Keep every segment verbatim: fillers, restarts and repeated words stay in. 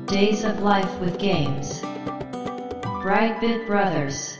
Days of Life with Games Brightbit Brothers。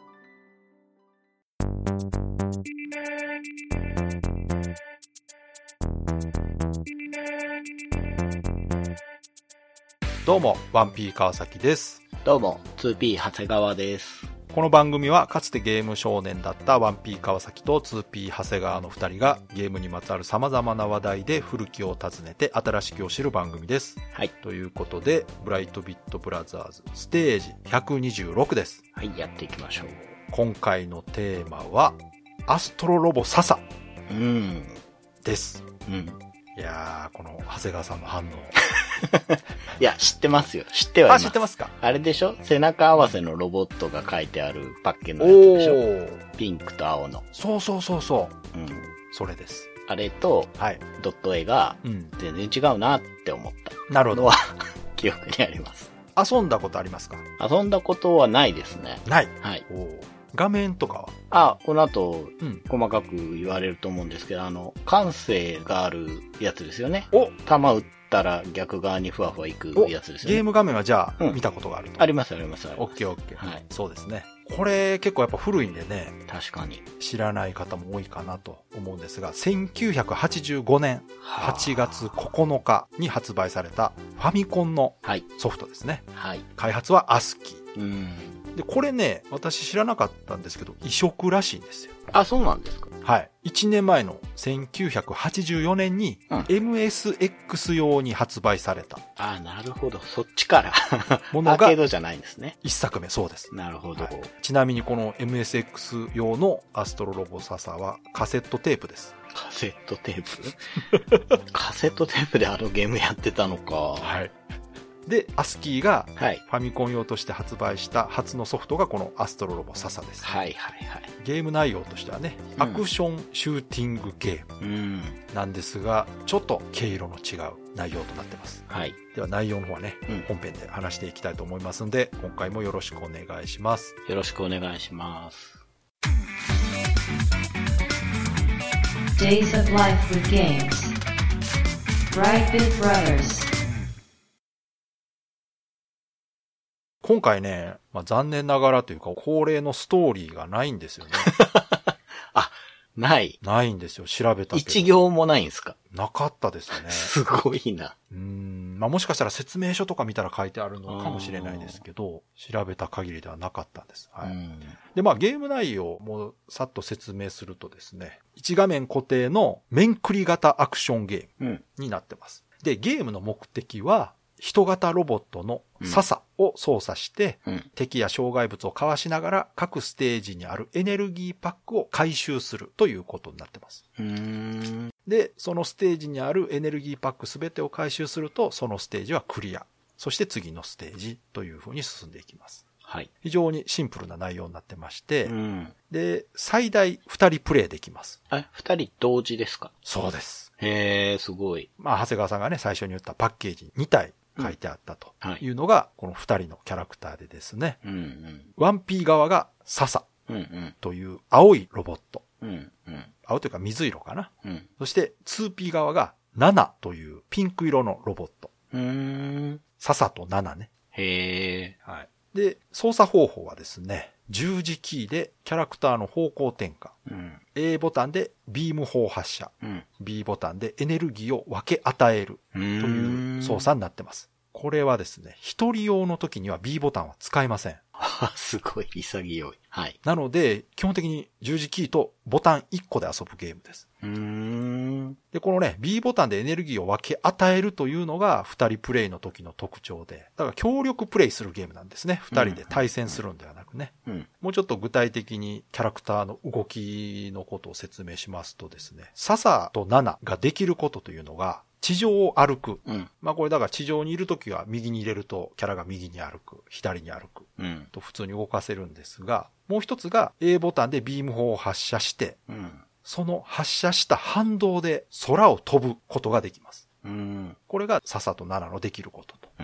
どうも ワンピー 川崎です。 どうも ツーピー 長谷川です。 この番組はかつてゲーム少年だった ワンピー 川崎と ツーピー 長谷川のふたりがゲームにまつわる様々な話題で古きを訪ねて新しきを知る番組です。 はい。 ということでブライトビットブラザーズステージひゃくにじゅうろくです。 はい、やっていきましょう。 今回のテーマはアストロロボ笹うんです。 うん。 いやー、この長谷川さんの反応いや、知ってますよ。知ってはいます。 あ、知ってますか？ あれでしょ？背中合わせのロボットが書いてあるパッケのやつでしょ？ おー、 ピンクと青の。 そうそうそうそう。 うん。 それです。 あれと、 はい。 ドット絵がうん。 全然違うなって思ったなるほど。 のは記憶にあります。 遊んだことありますか？ 遊んだことはないですね。 ない。 はい。 おー、画面とかは？ あ、この後、 うん。 細かく言われると思うんですけど、あの、感性があるやつですよね。 お、 弾撃ったら逆側にふわふわ行くやつですよね。 ゲーム画面はじゃあ、 うん見たことがあると。 ありますありますあります。 オッケーオッケー。 はい。 そうですね。これ結構やっぱ古いんでね、 確かに。 知らない方も多いかなと思うんですが、せんきゅうひゃくはちじゅうごねんはちがつここのかに発売されたファミコンのはい。 ソフトですね。 はい。 開発はアスキー。 うん。 で、これね、私知らなかったんですけど、移植らしいんですよ。 あ、そうなんですか。 はい。いちねんまえのせんきゅうひゃくはちじゅうよねんに、 うんエムエスエックス 用に発売されたあ、なるほど。そっちから。 ものがアーケードじゃないんですね。 一作目、そうです。 なるほど。 はい、ちなみにこの エムエスエックス 用のアストロロボ笹はカセットテープです。 カセットテープカセットテープであのゲームやってたのか。 はい。で、アスキーがはい。 ファミコン用として発売した初のソフトがこのアストロロボ笹です。 はいはいはい。 ゲーム内容としてはね、 うんアクションシューティングゲームうん。 なんですが、ちょっと毛色の違う内容となってます。 はい。 では内容の方はね、 うん本編で話していきたいと思いますんで、今回もよろしくお願いします。 よろしくお願いします。 Days of Life with Games Brightbit Brothers。 今回ね、まあ、残念ながらというか恒例のストーリーがないんですよね。 あ、ない。 ないんですよ。調べたけど。 一行もないんですか？ なかったですよね。 すごいな。 うーん、まあ、もしかしたら説明書とか見たら書いてあるのかもしれないですけど、調べた限りではなかったんです。はい。 うん。 で、まあ、ゲーム内容もさっと説明するとですね、一画面固定の面繰り型アクションゲームうん。 になってます。で、ゲームの目的は、人型ロボットの笹を操作して、 うん。 敵や障害物をかわしながら各ステージにあるエネルギーパックを回収するということになってます。 うーん。 で、そのステージにあるエネルギーパックすべてを回収すると、そのステージはクリア。そして次のステージという風に進んでいきます。 はい。 非常にシンプルな内容になってまして、 うん。 で、最大ふたりプレイできます。 え、二人同時ですか？ そうです。 へー、すごい。 まあ、長谷川さんがね、最初に言ったパッケージににたい書いてあったとはい。 いうのが、このふたりのキャラクターでですね、 うんうん。 ワンピー側が笹うんうん。 という青いロボット。 うんうん。 青というか水色かな。 うん。 そして ツーピー 側がナナというピンク色のロボット。 うーん。 笹とナナね。 へはい。で、操作方法はですね、十字キーでキャラクターの方向転換。 ー。うん。 A ボタンでビーム砲発射。 うん。 B ボタンでエネルギーを分け与えるとという操作になってます。これはですね、一人用の時には B ボタンは使えません。 すごい潔い。はい。 なので、基本的に十字キーとボタンいっこで遊ぶゲームです。 うーん。 で、このね、B ボタンでエネルギーを分け与えるというのが二人プレイの時の特徴で、だから協力プレイするゲームなんですね。二人で対戦するんではなくね。 うん。 もうちょっと具体的にキャラクターの動きのことを説明しますとですね、笹とナナができることというのが、地上を歩く。 うん。 まあこれだから地上にいるときは右に入れるとキャラが右に歩く、左に歩くうん。 と普通に動かせるんですが、もう一つが A ボタンでビーム砲を発射して、 うん。 その発射した反動で空を飛ぶことができます。 うん。 これが笹とナナのできることと。 うん。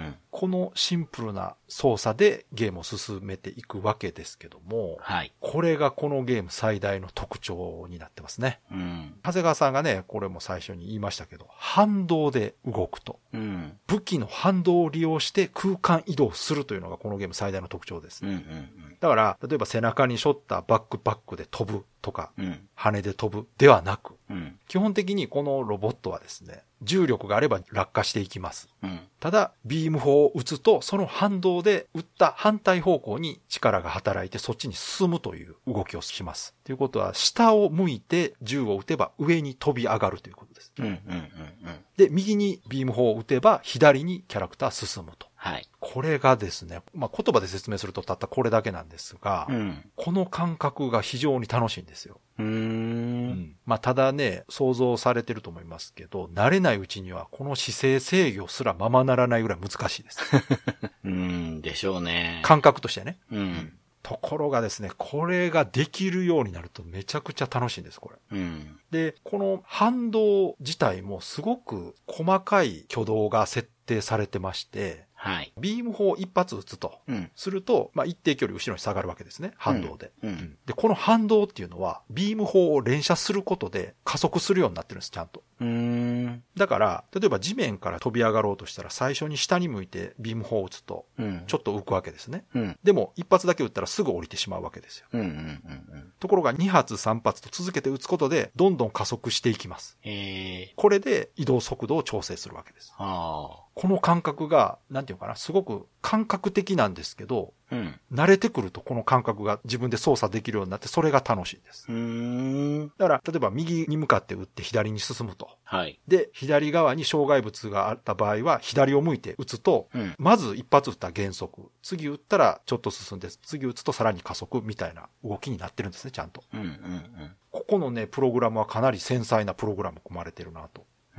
このシンプルな操作でゲームを進めていくわけですけども、 はい。 これがこのゲーム最大の特徴になってますね。 うん。 長谷川さんがね、これも最初に言いましたけど、反動で動くと。 うん。 武器の反動を利用して空間移動するというのがこのゲーム最大の特徴です。 うんうんうん。 だから、例えば背中に背負ったバックパックで飛ぶとか、 うん。 羽で飛ぶではなく、 うん。 基本的にこのロボットはですね、重力があれば落下していきます。 うん。 ただ、ビーム砲を撃つと、その反動で撃った反対方向に力が働いてそっちに進むという動きをします。ということは、下を向いて銃を撃てば上に飛び上がるということです。 うんうんうんうん。 で、右にビーム砲を撃てば左にキャラクター進むと。 はい。 これがですね、まあ、言葉で説明するとたったこれだけなんですが、 うん。 この感覚が非常に楽しいんですよ。 うーん。 うん、まあ、ただね、想像されてると思いますけど、慣れないうちにはこの姿勢制御すらままならないぐらい難しいです。 うーん、でしょうね。 感覚としてね。 うん。 ところがですね、これができるようになるとめちゃくちゃ楽しいんです、これ。 うん。 で、この反動自体もすごく細かい挙動が設定されてまして、 はい。 ビーム砲を一発撃つと、 うん。 すると、まあ、一定距離後ろに下がるわけですね。反動で。 うん。うん、 で、この反動っていうのは、ビーム砲を連射することで加速するようになってるんです、ちゃんと。 うーん。 だから、例えば地面から飛び上がろうとしたら、最初に下に向いてビーム砲を撃つと、ちょっと浮くわけですね。 うん。 でも、一発だけ撃ったらすぐ降りてしまうわけですよ。 うんうんうんうん。 ところが、に発さん発と続けて撃つことで、どんどん加速していきます。 へー。 これで移動速度を調整するわけです。 ああ。 この感覚が、なんていうのかな、すごく感覚的なんですけど、 うん。 慣れてくるとこの感覚が自分で操作できるようになって、それが楽しいです。 うーん。 だから、例えば右に向かって撃って左に進むと。 はい。 で、左側に障害物があった場合は、左を向いて撃つと、 うん、 まず一発撃ったら減速。次撃ったらちょっと進んで、次撃つとさらに加速みたいな動きになってるんですね、ちゃんと。 うんうんうん。 ここのね、プログラムはかなり繊細なプログラム組まれてるなと。 うん。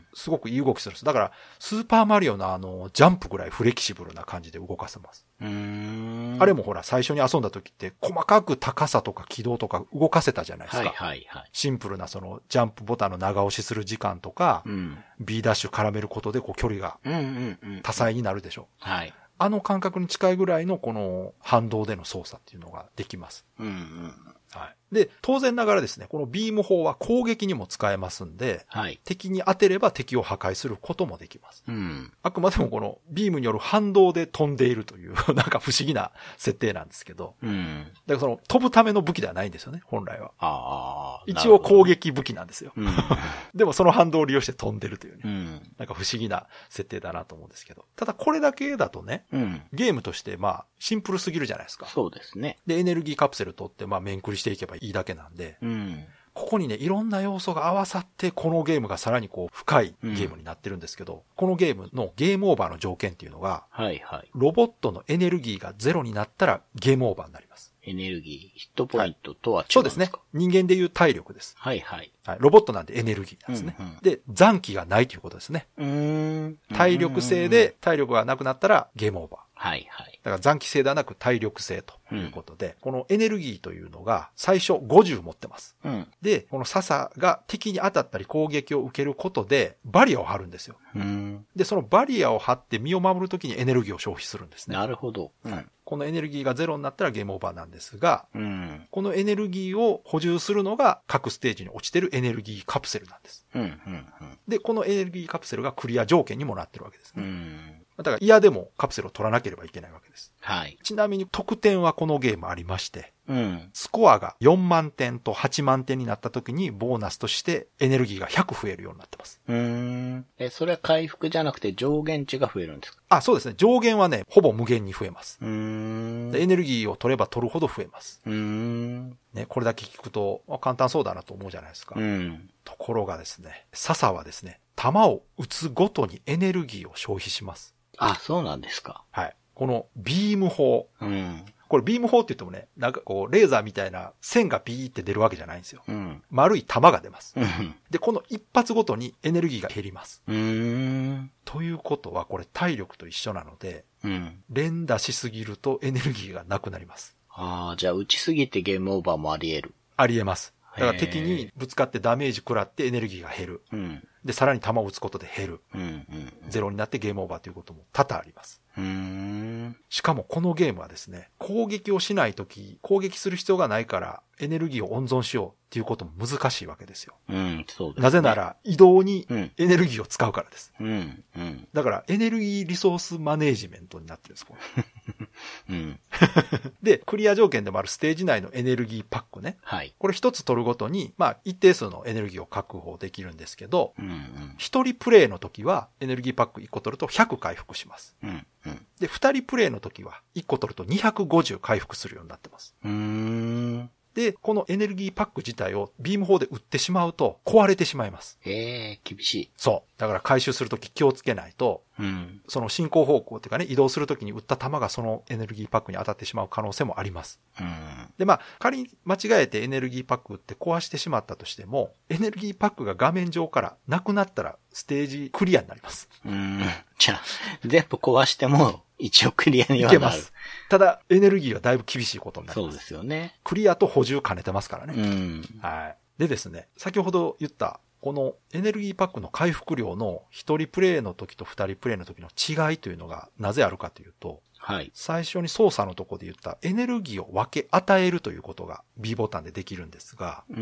すごくいい動きするんです。だから、スーパーマリオのあの、ジャンプぐらいフレキシブルな感じで動かせます。 うーん。 あれもほら、最初に遊んだ時って、細かく高さとか軌道とか動かせたじゃないですか。 はいはいはい。 シンプルなその、ジャンプボタンの長押しする時間とか、 うん、 B ダッシュ絡めることで、こう、距離が、多彩になるでしょ。 うんうんうん、はい。 あの感覚に近いぐらいのこの反動での操作っていうのができます。 うんうんはい。で、当然ながらですね、このビーム砲は攻撃にも使えますんで、 はい、 敵に当てれば敵を破壊することもできます。 うん、 あくまでもこのビームによる反動で飛んでいるという、なんか不思議な設定なんですけど、 うん、 だからその飛ぶための武器ではないんですよね、本来は。 あ一応攻撃武器なんですよ。 うん、 でもその反動を利用して飛んでるというね、 うん、 なんか不思議な設定だなと思うんですけど、ただこれだけだとね、 うん、 ゲームとしてまあシンプルすぎるじゃないですか。 そうですね。 で、エネルギーカプセル取ってまあ面繰りしていけばいいだけなんで、 うん、 ここにね、いろんな要素が合わさって、このゲームがさらにこう、深いゲームになってるんですけど、うん、このゲームのゲームオーバーの条件っていうのが、 はいはい。 ロボットのエネルギーがゼロになったらゲームオーバーになります。 エネルギー、ヒットポイントとは違うんですか？ そうですね。人間でいう体力です。 はいはい。 はい。ロボットなんでエネルギーなんですね。 うんうん、 で、残機がないということですね。 うーん。 体力性で体力がなくなったらゲームオーバー。 はいはい。 だから残機性ではなく体力性ということで、うん、このエネルギーというのが最初ごじゅう持ってます。 うん、 で、この笹が敵に当たったり攻撃を受けることでバリアを張るんですよ。 うん、 で、そのバリアを張って身を守るときにエネルギーを消費するんですね。 なるほど。うん、 このエネルギーがゼロになったらゲームオーバーなんですが、 うん、 このエネルギーを補充するのが各ステージに落ちてるエネルギーカプセルなんです。 うんうんうん、 で、このエネルギーカプセルがクリア条件にもなってるわけですね。 うん、 だから嫌でもカプセルを取らなければいけないわけです。 はい。 ちなみに得点はこのゲームありまして、 うん、 スコアがよんまんてんとはちまんてんになった時にボーナスとしてエネルギーがひゃく増えるようになってます。 うーん。え、それは回復じゃなくて上限値が増えるんですか？ あ、そうですね。上限はね、ほぼ無限に増えます。 うーん。 エネルギーを取れば取るほど増えます。 うーん。 ね、これだけ聞くと簡単そうだなと思うじゃないですか。 うん。 ところがですね、笹はですね、弾を撃つごとにエネルギーを消費します。 あ、そうなんですか。 はい。このビーム砲。 うん。 これビーム砲って言ってもね、なんかこう、レーザーみたいな線がビーって出るわけじゃないんですよ。 うん。 丸い弾が出ます。 うん。 で、この一発ごとにエネルギーが減ります。 うーん。 ということは、これ体力と一緒なので、 うん。 連打しすぎるとエネルギーがなくなります。 ああ、じゃあ打ちすぎてゲームオーバーもあり得る。 あり得ます。 だから敵にぶつかってダメージ食らってエネルギーが減る。 うん。 で、さらに弾を撃つことで減る。 うん。うん。 ゼロになってゲームオーバーということも多々あります。 うーん。 しかもこのゲームはですね、攻撃をしないとき、攻撃する必要がないからエネルギーを温存しようっていうことも難しいわけですよ。 うん、そうですね。 なぜなら移動にうんエネルギーを使うからです。 うん、うん。 だからエネルギーリソースマネージメントになってるんです。これうん。 で、クリア条件でもあるステージ内のエネルギーパックね。 はい。 これ一つ取るごとに、まあ一定数のエネルギーを確保できるんですけど、 うん、うん。 一人プレイの時はエネルギーパックいっこ取るとひゃく回復します。 うん、うん。 で、二人プレイの時はいっこ取るとにひゃくごじゅう回復するようになってます。 うーん。 で、このエネルギーパック自体をビーム砲で撃ってしまうと壊れてしまいます。 ええー、厳しい。 そう。だから回収するとき気をつけないと、 うん。 その進行方向っていうかね、移動するときに撃った弾がそのエネルギーパックに当たってしまう可能性もあります。 うん。 で、まあ、仮に間違えてエネルギーパック撃って壊してしまったとしても、エネルギーパックが画面上からなくなったらステージクリアになります。 うん。じゃあ、全部壊しても一応クリアにはなる。 いけます。ただ、エネルギーはだいぶ厳しいことになります。 そうですよね。 クリアと補充兼ねてますからね。 うん。 はい。でですね、先ほど言った、このエネルギーパックの回復量の一人プレイの時と二人プレイの時の違いというのがなぜあるかというと、 はい。 最初に操作のところで言ったエネルギーを分け与えるということが B ボタンでできるんですが、 うんうん。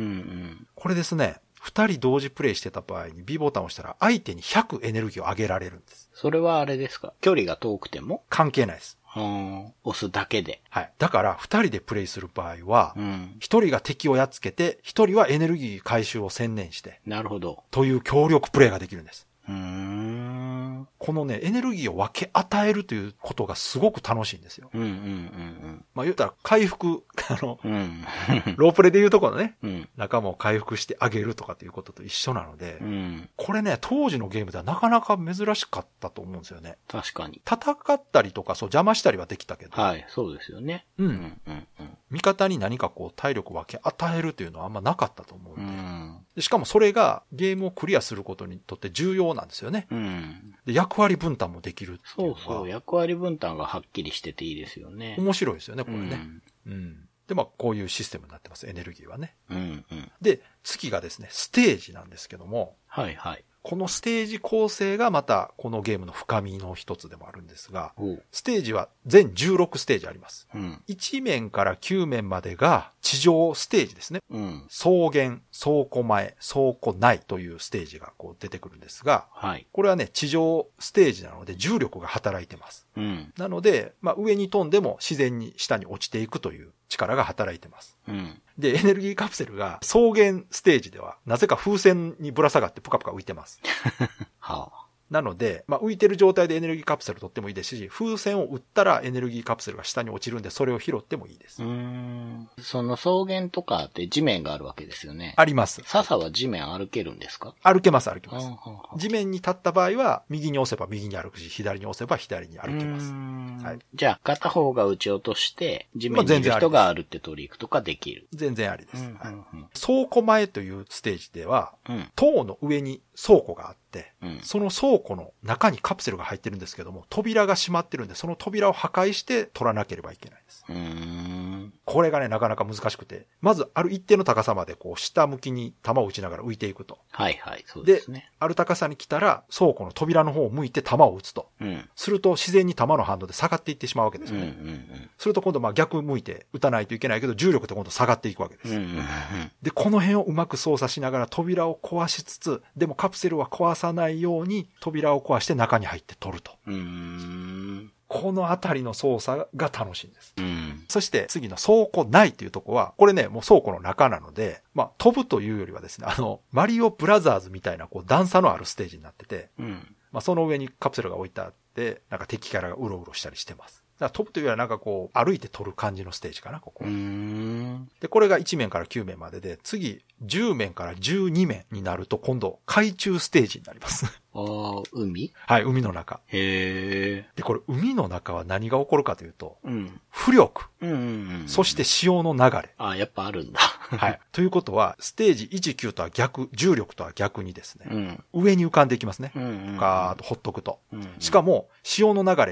これですね、二人同時プレイしてた場合に B ボタンを押したら相手にひゃくエネルギーを上げられるんです。 それはあれですか？距離が遠くても？ 関係ないです。 うん。押すだけで。 はい。だから二人でプレイする場合は、 うん。 一人が敵をやっつけて、一人はエネルギー回収を専念して、 なるほど。 という協力プレイができるんです。 うーん。 このね、エネルギーを分け与えるということがすごく楽しいんですよ。 うんうんうんまあ言うたら回復、あの、 うん。うん。 ロープレで言うところのね、 うん。 仲間を回復してあげるとかっていうことと一緒なので、 うん。 これね、当時のゲームではなかなか珍しかったと思うんですよね。 確かに。 戦ったりとか、そう邪魔したりはできたけど、 はい、そうですよね。 うんうんうんうん。 味方に何かこう体力を分け与えるというのはあんまなかったと思うんうで、 ん。 でしかもそれがゲームをクリアすることにとって重要なんですよね。 うん。 で役割分担もできるっていうのがそうそう、役割分担がはっきりしてていいですよね。 面白いですよね、これね。 うん。 うん。で、まあ、こういうシステムになってます、エネルギーはね。 うんうん。 で、次がですね、ステージなんですけども、 はいはい。 このステージ構成がまたこのゲームの深みの一つでもあるんですが、 おう。 ステージは全じゅうろくステージあります。 うん。 いち面からきゅう面までが地上ステージですね。 うん。 草原、倉庫前、倉庫内というステージがこう出てくるんですが、 はい。 これはね、地上ステージなので重力が働いてます。 うん。 なので、まあ、上に飛んでも自然に下に落ちていくという力が働いてます。 うん。 で、エネルギーカプセルが草原ステージではなぜか風船にぶら下がってプカプカ浮いてます。 はあ。 なので、まあ、浮いてる状態でエネルギーカプセル取ってもいいですし、風船を打ったらエネルギーカプセルが下に落ちるんで、それを拾ってもいいです。 うーん。その草原とかって地面があるわけですよね。 あります。 笹は地面歩けるんですか？ 歩けます、歩けあます。 あ地面に立った場合は、右に押せば右に歩くし、左に押せば左に歩けます。 は。 はいい。 じゃあ、片方が撃ち落として、地面にいる人が歩って取り行くとかできる。 全然ありです。 うんはいうんうん倉庫前というステージでは、 うん。 塔の上に倉庫があって、 うん。 その倉庫の中にカプセルが入ってるんですけども、扉が閉まってるんで、その扉を破壊して取らなければいけないです。 うーん。 これがね、なかなか難しくて、まずある一定の高さまでこう下向きに弾を撃ちながら浮いていくと。 はいはい、そうですね。 ある高さに来たら倉庫の扉の方を向いて弾を撃つと。 うん。 すると自然に弾の反動で下がっていってしまうわけですうんよね。 うんうん。 すると今度まあ逆向いて撃たないといけないけど、重力で今度下がっていくわけです。 うんうんうん。 で、この辺をうまく操作しながら扉を壊しつつ、でもカプセルは壊さないように扉を壊して中に入って取ると。 うーん。 このあたりの操作が楽しいんです。 うん。 そして次の倉庫内というところは、これね、もう倉庫の中なので、まあ飛ぶというよりはですね、あの、マリオブラザーズみたいなこう段差のあるステージになってて、 うん。 まあその上にカプセルが置いてあって、なんか敵キャラがうろうろしたりしてます。だから飛ぶというよりはなんかこう歩いて取る感じのステージかな、ここ。 うーん。 で、これがいち面からきゅう面までで、次じゅう面からじゅうに面になると今度海中ステージになります。 ああ、海？ はい、海の中。 へえ。 で、これ海の中は何が起こるかというと、 うん。 浮力、 うんうんうん。 そして潮の流れ。 ああ、やっぱあるんだ。 はい。ということは、ステージいち、きゅうとは逆、重力とは逆にですね、 うん。 上に浮かんでいきますね。 うんうん。 ガーッとほっとくと。 うんうん。 しかも、潮の流れが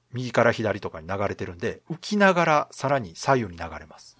右から左とかに流れてるんで、浮きながらさらに左右に流れます。 うん。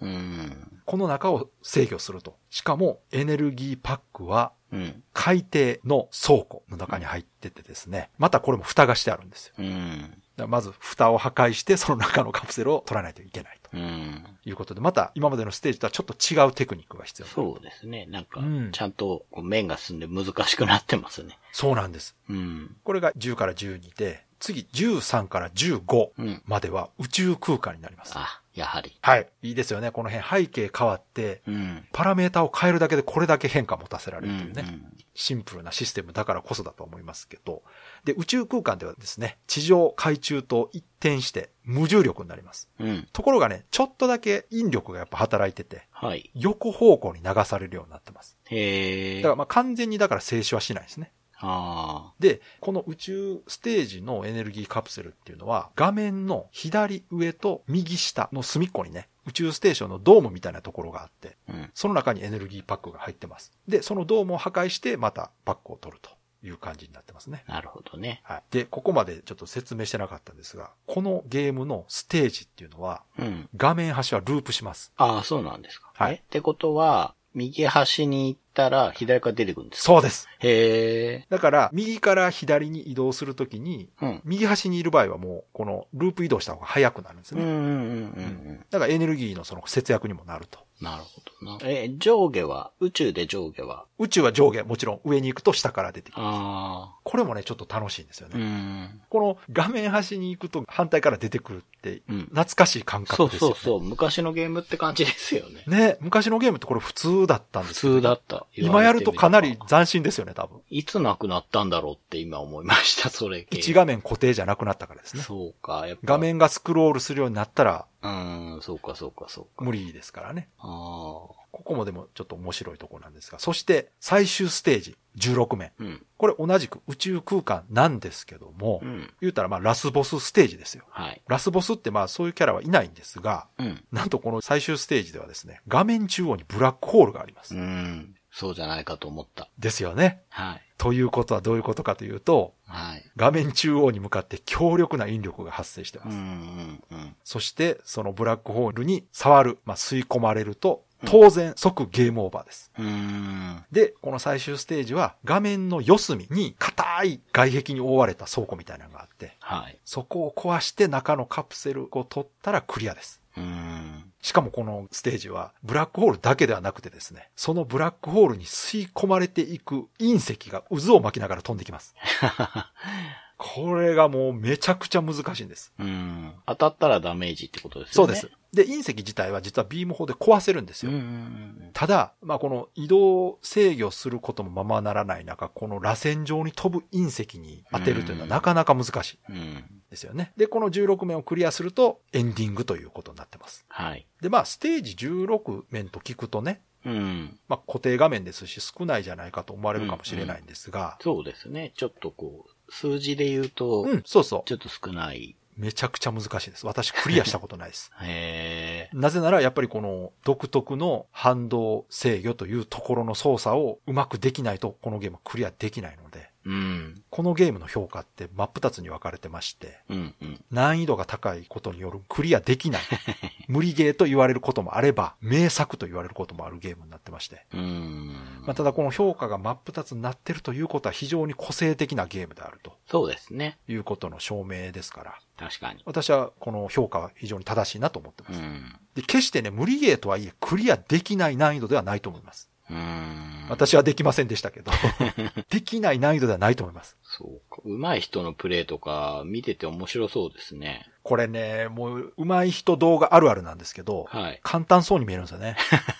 この中を制御すると。しかもエネルギーパックはうん。 海底の倉庫の中に入っててですね、またこれも蓋がしてあるんですよ。 うん。 だからまず蓋を破壊してその中のカプセルを取らないといけないとうん。 いうことで、また今までのステージとはちょっと違うテクニックが必要になる。 そうですね。なんかうん、 ちゃんとこう面が進んで難しくなってますね。 そうなんです。 うん。 これがじゅうからじゅうにで、次じゅうさんからじゅうごうん。 までは宇宙空間になります。 あ、やはり。 はい。いいですよね。この辺背景変わって、 うん。 パラメータを変えるだけでこれだけ変化を持たせられうるというね。 ん。 シンプルなシステムだからこそだと思いますけど。で、宇宙空間ではですね、地上、海中と一転して無重力になります。 うん。 ところがね、ちょっとだけ引力がやっぱ働いてて、 はい。 横方向に流されるようになってます。 へえ。 だからまあ完全にだから静止はしないですね。 ああ。 で、この宇宙ステージのエネルギーカプセルっていうのは、画面の左上と右下の隅っこにね、宇宙ステーションのドームみたいなところがあって、 うん。 その中にエネルギーパックが入ってます。で、そのドームを破壊してまたパックを取るという感じになってますね。 なるほどね。 はい。で、ここまでちょっと説明してなかったんですが、このゲームのステージっていうのは、 うん。 画面端はループします。 ああ、そうなんですか。 はいえってことは、右端に行ったら左から出てくるんですか？ そうです。 へえ。 だから、右から左に移動するときに、 うん。 右端にいる場合はもう、このループ移動した方が早くなるんですね。 うんうんうんうんうん。 だからエネルギーのその節約にもなると。 なるほどな。え、上下は、宇宙で上下は？ 宇宙は上下、もちろん上に行くと下から出てきます。 あこれもね、ちょっと楽しいんですよあ。うね。 ん。 この画面端に行くと反対から出てくるって、 うん。 懐かしい感そう覚ですよね。 そうそう。昔のゲームって感じですよね。 ね、昔のゲームってこれ普通だったん普ですよ、ね。 通だった。 今やるとかなり斬新ですよね、多分。 いつなくなったんだろうって今思いました、それ系。 一画面固定じゃなくなったからですね。 そうか、やっぱ。 画面がスクロールするようになったら、 うーん、そうか、そうか、そうか。 無理ですからね。 ああ。 ここもでもちょっと面白いところなんですが。そして最終ステージじゅうろくめん。 うん。 これ同じく宇宙空間なんですけども、 うん。 言うたらまあラスボスステージですよ。 はい。 ラスボスってまあそういうキャラはいないんですが、 うん。 なんとこの最終ステージではですね、画面中央にブラックホールがあります。 うん。そうじゃないかと思った。 ですよね。 はい。 ということはどういうことかというと、 はい。 画面中央に向かって強力な引力が発生してます。 うんうんうん。 そしてそのブラックホールに触る、まあ吸い込まれると、当然即ゲームオーバーです。 うーん。 で、この最終ステージは画面の四隅に硬い外壁に覆われた倉庫みたいなのがあって、 はい。 そこを壊して中のカプセルを取ったらクリアです。 うーん。 しかもこのステージはブラックホールだけではなくてですね、そのブラックホールに吸い込まれていく隕石が渦を巻きながら飛んできます。これがもうめちゃくちゃ難しいんです。 うん。当たったらダメージってことですよね。 そうです。で、隕石自体は実はビーム砲で壊せるんですよ。 うんうんうん。 ただ、まあ、この移動制御することもままならない中、この螺旋状に飛ぶ隕石に当てるというのはなかなか難しいうん。 ですよね。で、このじゅうろくめんをクリアするとエンディングということになってます。 はい。 で、まあ、ステージじゅうろくめんと聞くとね、 うん。 まあ、固定画面ですし少ないじゃないかと思われるかもしれないんですが、 そうですね。ちょっとこう、数字で言うと、 うん、そうそう。 ちょっと少ない。 めちゃくちゃ難しいです。私クリアしたことないです。 へなぜならやっぱりこの独特の反動制御というところの操作をうまくできないとこのゲームはクリアできないので、 ー。うん。 このゲームの評価って真っ二つに分かれてまして、 うんうん。 難易度が高いことによるクリアできない、無理ゲーと言われることもあれば、名作と言われることもあるゲームになってまして、 うーん。 まあ、ただこの評価が真っ二つになってるということは非常に個性的なゲームであるとそうですね。 いうことの証明ですから、 確かに。 私はこの評価は非常に正しいなと思ってます。 うん。 で、決してね、無理ゲーとはいえクリアできない難易度ではないと思います。 うーん。 私はできませんでしたけど、できない難易度ではないと思います。 そうか。上手い人のプレイとか見てて面白そうですね。 これね、もう上手い人動画あるあるなんですけど、 はい。 簡単そうに見えるんですよね。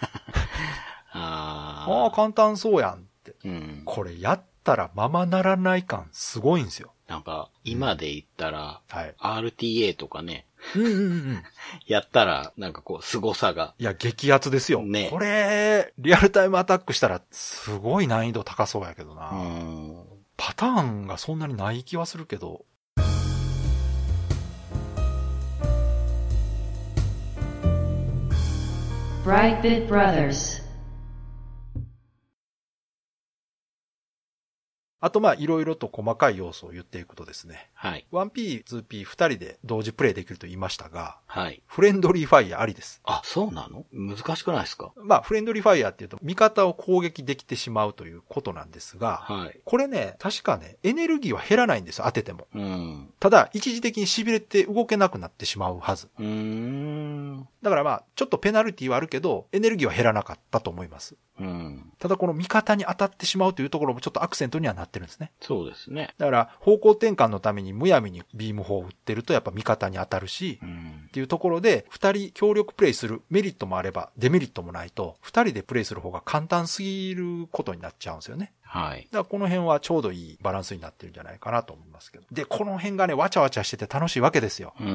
あああ、簡単そうやんって。 ー。うん。 これやったらままならない感すごいんですよ。 なんか、今で言ったら、 はい。 アールティーエー とかね、 うんうんうん。 やったら、なんかこう、凄さが。 いや、激アツですよ。 ねこれ、リアルタイムアタックしたら、すごい難易度高そうやけどな。 うーん。 パターンがそんなにない気はするけど。 Brightbit Brothers あとまあいろいろと細かい要素を言っていくとですね。 はい。 ワンピー、ツーピー、二人で同時プレイできると言いましたが、 はい。 フレンドリーファイヤーありです。 あ、そうなの？難しくないですか？ まあフレンドリーファイヤーっていうと味方を攻撃できてしまうということなんですが、 はい。ここれね、確かね、エネルギーは減らないんですよ、当てても。 うん。 ただ、一時的に痺れて動けなくなってしまうはず。 うーん。 だからまあ、ちょっとペナルティはあるけど、エネルギーは減らなかったと思います。 うん。 ただこの味方に当たってしまうというところもちょっとアクセントにはなってるんですね。 そうですね。 だから方向転換のためにむやみにビーム砲を撃ってるとやっぱ味方に当たるし、 うん、 っていうところで二人協力プレイするメリットもあればデメリットもないと二人でプレイする方が簡単すぎることになっちゃうんですよね。 はい。 だからこの辺はちょうどいいバランスになってるんじゃないかなと思いますけど。で、この辺がね、わちゃわちゃしてて楽しいわけですよ。 うん、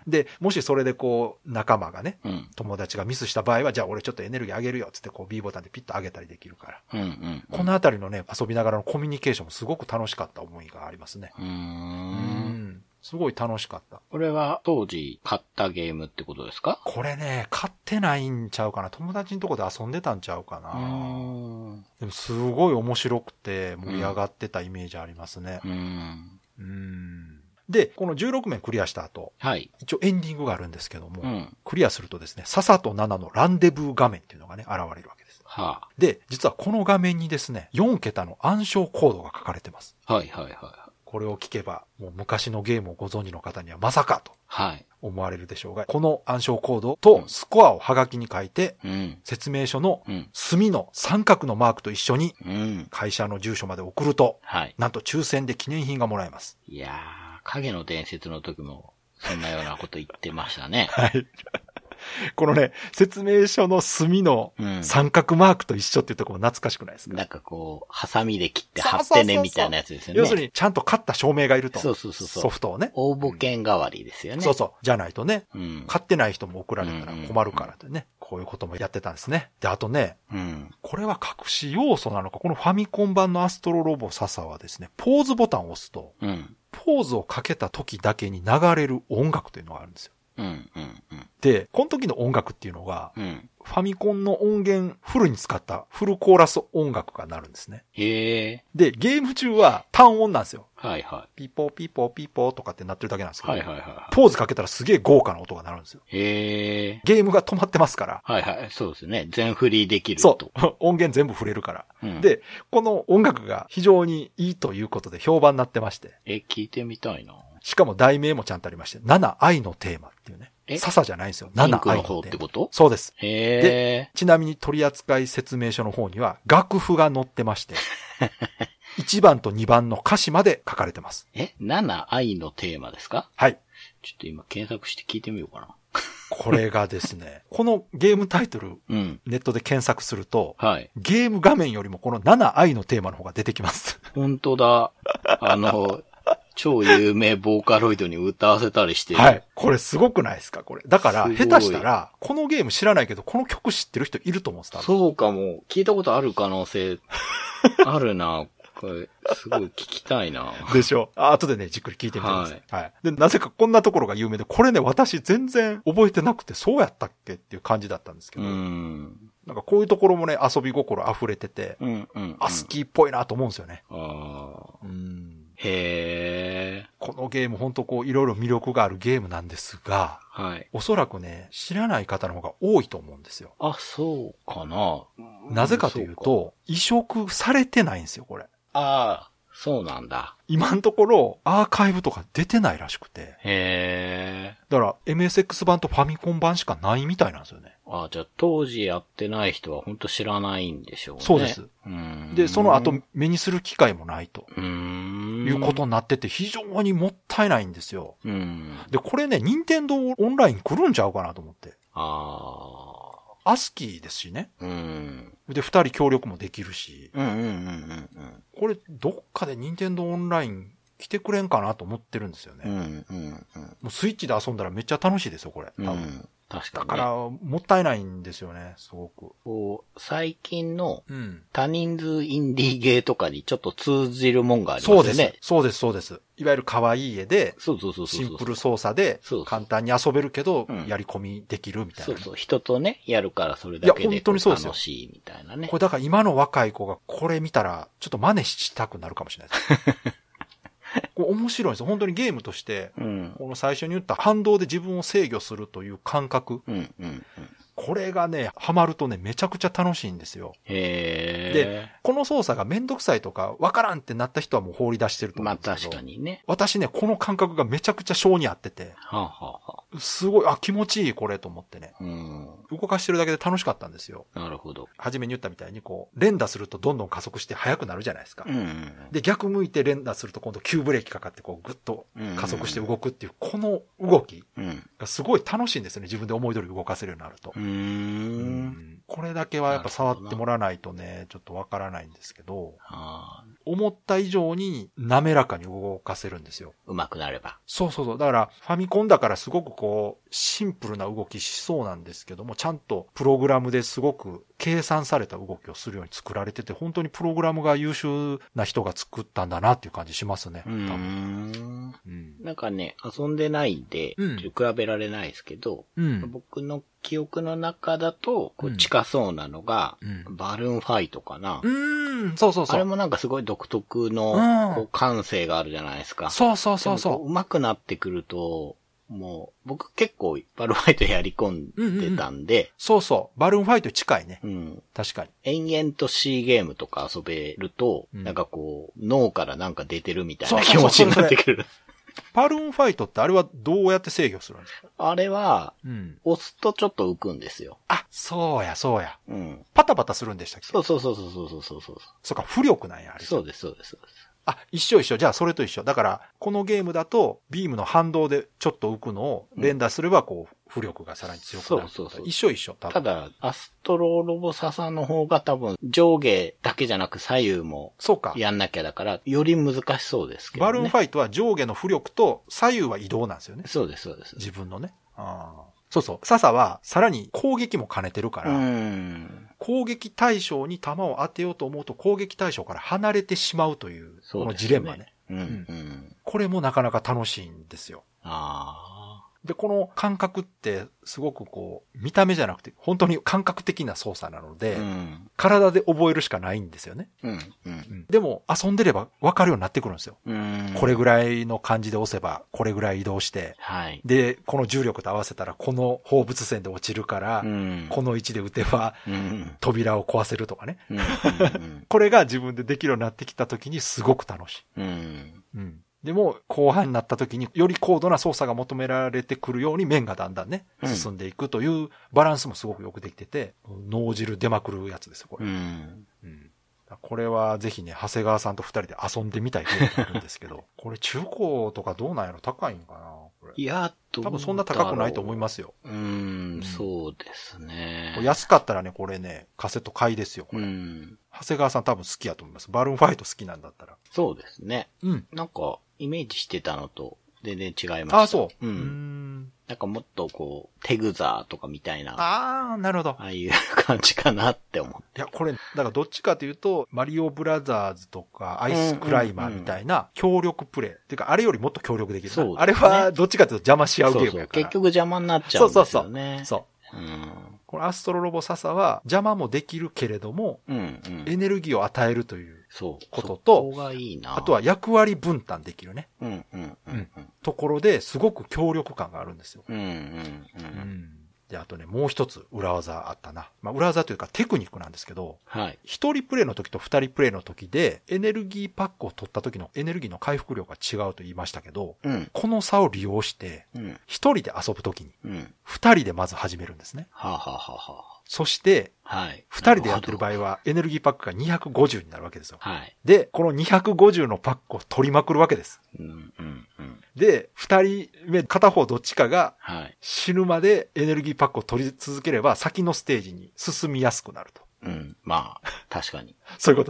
で、もしそれでこう、仲間がね、 うん、 友達がミスした場合は、じゃあ俺ちょっとエネルギー上げるよっつってこう B ボタンでピッと上げたりできるから。 うんうん、 このあたりのね、遊びながらのコミュニケーションもすごく楽しかった思いがありますね。 うーん。 うんすごい楽しかった。 これは当時買ったゲームってことですか？ これね、買ってないんちゃうかな。友達のとこで遊んでたんちゃうかな。 うーんでもすごい面白くて盛り上がってたイメージありますね。 うーん。 うーんで、このじゅうろく面クリアした後、 はい。 一応エンディングがあるんですけども、 うん、 クリアするとですね、笹と七のランデブー画面っていうのがね、現れるわけです。 はあ、 で、実はこの画面にですね、よん桁の暗証コードが書かれてます。 はいはいはい。 これを聞けば、もう昔のゲームをご存知の方にはまさかとはい。 思われるでしょうが、この暗証コードとスコアをハガキに書いて、 うん。 説明書のうん。 隅の三角のマークと一緒にうん。 会社の住所まで送ると、 はい。 なんと抽選で記念品がもらえます。 いやー、影の伝説の時も、そんなようなこと言ってましたね。 はい。このね、説明書の隅のうん。 三角マークと一緒っていうところも懐かしくないですか？ なんかこう、ハサミで切って貼っそうそうそうそうてねみたいなやつですよね。 要するに、ちゃんと買った証明がいると。 そうそうそうそう。 ソフトをね。 応募券代わりですよね。 そうそう。じゃないとね、 うん。 買ってない人も送られたら困るからってね。こういうこともやってたんですね。で、あとね、 うん。 これは隠し要素なのか、このファミコン版のアストロロボ笹はですね、ポーズボタンを押すと、 うん。 ポーズをかけた時だけに流れる音楽というのがあるんですよ。 うん。うん。うん。 で、この時の音楽っていうのが、 うん。 ファミコンの音源フルに使ったフルコーラス音楽が鳴るんですね。 へえ。 で、ゲーム中は単音なんですよ。 はいはピポピポピポとかって鳴ってるだけなんですい。 けど、 はいはいはい。 ポーズかけたらすげえ豪華な音が鳴るんですよ。 へえ。 ゲームが止まってますから。 はいはい。そうですね。全振りできると。 そう。音源全部触れるから。 うん、 で、この音楽が非常にいいということで評判になってまして。 え、聞いてみたいな。 しかも題名もちゃんとありまして、なな愛のテーマっていうね。 え笹じゃないんですよ。 ピンなな愛のテーマ。 クの方ってこと？ そうです。 へえ。 ちなみに取扱説明書の方には楽譜が載ってまして、いちばんとにばんの歌詞まで書かれてます。 え、なな愛のテーマですか？ はい。 ちょっと今検索して聞いてみようかな。 これがですね、このゲームタイトル、 うん。 ネットで検索すると、 はい。 ゲーム画面よりもこのなな愛のテーマの方が出てきます。 本当だ。あの、超有名ボーカロイドに歌わせたりしてる。 はい。これすごくないですかこれ。だから、 すごい下手したら、このゲーム知らないけど、この曲知ってる人いると思うんです、多分。 そうかも。聞いたことある可能性、あるな。これ、すごい聞きたいな。 でしょ。あ後でね、じっくり聞いてみてください。 はい。 はい。で、なぜかこんなところが有名で、これね、私全然覚えてなくて、そうやったっけっていう感じだったんですけうど。 ん。 なんかこういうところもね、遊び心溢れてて、 うん、うん、うん。 アスキーっぽいなと思うんですよね。 ああ。 うんへえ。 このゲーム本当こういろいろ魅力があるゲームなんですが、 はい。 おそらくね、知らない方の方が多いと思うんですよ。 あ、そうかな。 なぜかというと、移植されてないんですよ、これ。 ああ、そうなんだ。 今のところ、アーカイブとか出てないらしくて。 へえ。 だから、エムエスエックス 版とファミコン版しかないみたいなんですよね。 ああ、じゃあ当時やってない人は本当知らないんでしょうね。 そうです。 うん。 で、その後目にする機会もないと。 うーん。 いうことになってて非常にもったいないんですよ。 うん。 で、これね、任天堂オンライン来るんちゃうかなと思って。 ああ。 アスキーですしね。 うん。 で、二人協力もできるし。 うんうんうんうんうん。 これ、どっかで任天堂オンライン来てくれんかなと思ってるんですよね。 うん、うん、うん。 もうスイッチで遊んだらめっちゃ楽しいですよ、これ。多分。 うん確かに、ね。 だから、もったいないんですよね、すごく。 こう、最近のうん。 多人数インディーゲーとかにちょっと通じるもんがありますよね。 そうです。そうです、そうです。いわゆる可愛い絵で、 そうそうそうそう。 シンプル操作でそうそう、 簡単に遊べるけど、 うんやり込みできるみたいな、 そうそう。人とね、やるからそれだけいやで本当にそうですよ楽しいみたいなね。 これだから今の若い子がこれ見たら、ちょっと真似したくなるかもしれないです。これ面白いんですよ。本当にゲームとして、 うん。 この最初に言った反動で自分を制御するという感覚。 うん、うん、うん。 これがね、ハマるとね、めちゃくちゃ楽しいんですよ。 へー。 で、この操作がめんどくさいとか、わからんってなった人はもう放り出してると思まあうんですけど。 確かにね。 私ね、この感覚がめちゃくちゃ性に合ってて、 はあ、はあはあ、 すごい、あ、気持ちいいこれと思ってね。 うん。 動かしてるだけで楽しかったんですよ。 なるほど。 初めに言ったみたいに、こう、連打するとどんどん加速して速くなるじゃないですか。 うん。 で、逆向いて連打すると今度急ブレーキかかって、こう、ぐっと加速して動くっていう、この動きがすごい楽しいんですよね。自分で思い通り動かせるようになると。 うん。うんこれだけはやっぱ触ってもらわないとね、ちょっとわからないんですけど、 あ思った以上に滑らかに動かせるんですよ。 うまくなれば。 そうそうそう。だからファミコンだからすごくこう、シンプルな動きしそうなんですけども、ちゃんとプログラムですごく計算された動きをするように作られてて、本当にプログラムが優秀な人が作ったんだなっていう感じしますね。 うーん。 うん。 なんかね、遊んでないんで、 うんちょっと比べられないですけど、 うん。 僕の記憶の中だと、こう近そうなのが、 うんバルーンファイトかな。 うーん、そうそうそう。 あれもなんかすごい独特うんの、こう感性があるじゃないですか。 そうそうそうそう。 でもこう上手くなってくると、もう、僕結構バルーンファイトやり込んでたんで、 そうそう。バルーンファイト近いね。 うん。 確かに。 延々と C ゲームとか遊べると、 うんなんかこう、脳からなんか出てるみたいなそうそうそう気持ちになってくる。 バルーンファイトってあれはどうやって制御するんですか？ あれは、 うん。 押すとちょっと浮くんですよ。 あ、そうや、そうや。 うん。 パタパタするんでしたっけ？ そうそうそうそうそうそうそうそう。 そうか、浮力なんや、あれ。 そうです、そうです、そうです。 あ、一緒一緒。じゃあ、それと一緒。だから、このゲームだと、ビームの反動でちょっと浮くのを連打すれば、こう、浮力がさらに強くなる。 そうそうそう一緒一緒、多分。 ただ、アストロロボササの方が多分、上下だけじゃなく左右もそうか。 やんなきゃだから、より難しそうですけどね。 バルーンファイトは上下の浮力と左右は移動なんですよね。 そうです、そうです。 自分のね。ああ。そうそう。笹は、さらに攻撃も兼ねてるかうら、 ん。 攻撃対象に弾を当てようと思うと、攻撃対象から離れてしまうという、このそうですねジレンマね。 うん、うん。 これもなかなか楽しいんですよ。 あで、この感覚ってすごくこう、見た目じゃなくて、本当に感覚的な操作なのあ。 で、 うん。 体で覚えるしかないんですよね。 うん、う。 うんん、でも、遊んでれば分かるようになってくるんですよ。 うん。 これぐらいの感じで押せば、これぐらい移動して、 はい。 で、この重力と合わせたら、この放物線で落ちるから、 うん。 この位置で撃てば、 うん。 扉を壊せるとかね。 うん。うん。 これが自分でできるようになってきた時にすごく楽しい。 うん。 うん。でも、後半になった時により高度な操作が求められてくるように面がだんだんね、 うん進んでいくというバランスもすごくよくできてて、脳汁出まくるやつですよ、これ。 うん。 うん、これはぜひね、長谷川さんと二人で遊んでみたいゲームがあるんですけど、これ中古とかどうなんやろ？高いんかなこれ。 いや、どうだろう多分そんな高くないと思いますよ。 うーん、そうですね。 安かったらね、これね、カセット買いですよ。これうん。 長谷川さん多分好きやと思います。バルーンファイト好きなんだったら。 そうですね。 うん。 なんか、イメージしてたのと全然違いました。 ああ、そう。 う。 うんん。 なんかもっとこう、テグザーとかみたいな、あああ、なるほど。 あいう感じかなって思って。 いや、これ、だからどっちかというと、マリオブラザーズとか、アイスクライマーみたいな協力プレイ。っていうか、あれよりもっと協力できるな。 そうですねあれは、どっちかというと邪魔し合うゲームやから。 そうそう結局邪魔になっちゃうんですよね。 そうそうそう。そう。 うん。 このアストロロボササは邪魔もできるけれども、 うんうん。 エネルギーを与えるというそう。 こととそこがいいな。 あとは役割分担できるね。 うんうんうんうん。 ところですごく協力感があるんですよ。 うんうんう。 うんん。で、あとね、もう一つ裏技あったな。まあ、裏技というかテクニックなんですけど、 はい。 一人プレイの時と二人プレイの時で、エネルギーパックを取った時のエネルギーの回復量が違うと言いましたけど、 うん。 この差を利用して、 うん。 一人で遊ぶ時に、 うん。 二人でまず始めるんですね。 はあ、はあはあはそして、 あ、はい。 二人でやってる場合。 合は、エネルギーパックがにひゃくごじゅうになるわけですよ。 はい。 で、このにひゃくごじゅうのパックを取りまくるわけです。 うんうんうん。 で、二人目、片方どっちかがはい。 死ぬまでエネルギーパックを取り続ければ、先のステージに進みやすくなると。 うん。まあ、確かに。 そういうことです。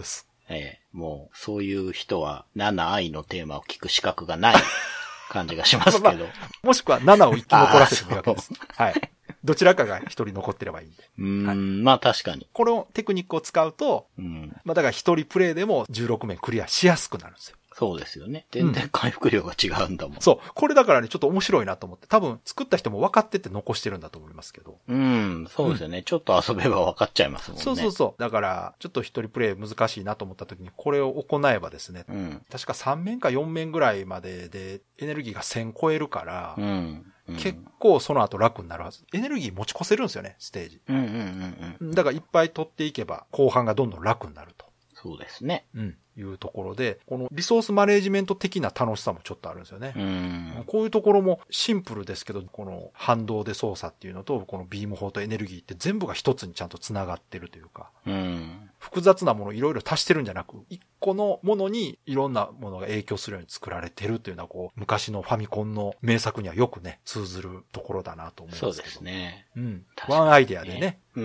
ええ、もう、そういう人は、なな愛のテーマを聞く資格がない感じがしますけど。 もしくはななを生き残らせてもいいわけです。はい。どちらかが一人残ってればいいんで。 うーん、 はい、 まあ確かに。 このテクニックを使うと、うん、まあだから一人プレイでもじゅうろくめんクリアしやすくなるんですよ。 そうですよね。全然回復量が違うんだもん。 うん、そう。これだからね、ちょっと面白いなと思って。多分、作った人も分かってて残してるんだと思いますけど。 うん、そうですよね。うん、ちょっと遊べば分かっちゃいますもんね。 そうそうそう。だから、ちょっと一人プレイ難しいなと思った時に、これを行えばですね。うん、確かさんめんかよんめんぐらいまでで、エネルギーがせん超えるから、うんうん、結構その後楽になるはず。エネルギー持ち越せるんですよね、ステージ。うんうんうんうん、だからいっぱい取っていけば、後半がどんどん楽になると。 そうですね。 うん。いうところで、このリソースマネジメント的な楽しさもちょっとあるんですよね。うん、こういうところもシンプルですけど、この反動で操作っていうのと、このビーム砲とエネルギーって全部が一つにちゃんと繋がってるというか、うん、複雑なものをいろいろ足してるんじゃなく、一個のものにいろんなものが影響するように作られてるというのは、こう、昔のファミコンの名作にはよくね、通ずるところだなと思うんですけど。 そうですね。 うん。ワンアイデアでね、 うん、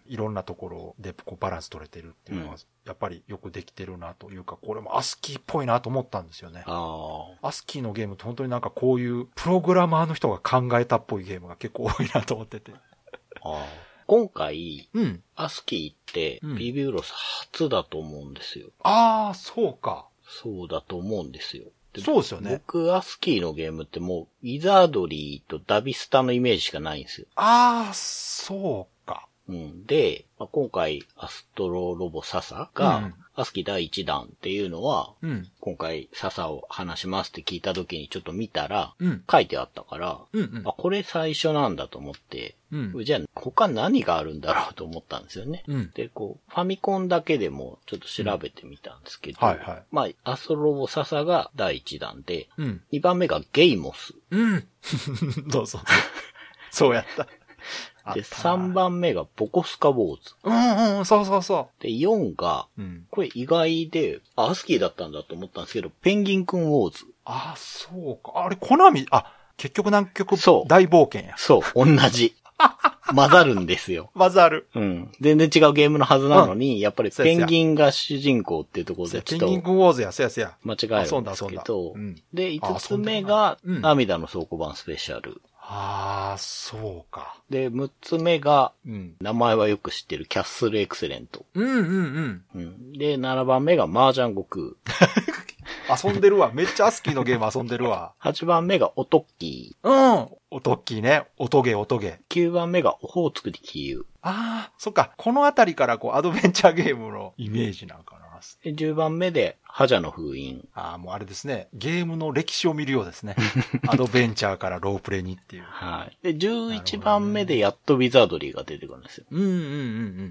いろんなところでこうバランス取れてるっていうのは、やっぱりよくできてるなというか、これもアスキーっぽいなと思ったんですよね。あアスキーのゲームって本当になんかこういうプログラマーの人が考えたっぽいゲームが結構多いなと思ってて。 あ今回、 うん、 アスキーってビビウロス初だと思うんですよ。うん、 ああ、そうか。 そうだと思うんですよ。 そうですよね。 僕、アスキーのゲームってもう、ウィザードリーとダビスタのイメージしかないんですよ。 ああ、そうか。 うん、で、まあ、今回、アストロロボササが、うん、アスキーだいいちだんっていうのは、うん、今回、ササを話しますって聞いた時にちょっと見たら、うん、書いてあったから、うんうん、あ、これ最初なんだと思って、うん、じゃあ、他何があるんだろうと思ったんですよね。うん、で、こう、ファミコンだけでもちょっと調べてみたんですけど、うんはいはい、まあ、アストロロボササがだいいちだんで、うん、にばんめがゲイモス。 うん。どうぞ。そうやった。 で、さんばんめがボコスカウォーズ。 うんうん、そうそうそう。 で、よんが、うん、これ意外で、あ、アスキーだったんだと思ったんですけど、ペンギンくんウォーズ。 あ、そうか。あれ、コナミ、あ、結局南極大冒険や。 そう、同じ。混ざるんですよ。 混ざる。 うん。全然違うゲームのはずなのに、うん、やっぱりペンギンが主人公っていうところでちょっと。 ペンギンくんウォーズや、せやせや。 間違えるんですけど。うん、で、いつつめが、涙の倉庫版スペシャル。 ああ、そうか。 で、むっつめが、うん、名前はよく知ってるキャッスルエクセレント。 うんうんうん。 うん、で、ななばんめが麻雀悟空。 遊んでるわ。めっちゃアスキーのゲーム遊んでるわ。 はちばんめがオトッキー。うん。オトッキーね。オトゲオトゲ。 きゅうばんめがオホーツクリキユ。 ああ、そっか。このあたりからこうアドベンチャーゲームのイメージなんかな。 でじゅうばんめで、覇者の封印。 ああ、もうあれですね。ゲームの歴史を見るようですね。アドベンチャーからロープレにっていう。 はい。で、じゅういちばんめでやっとウィザードリーが出てくるんですよ。 うんうんうんうん。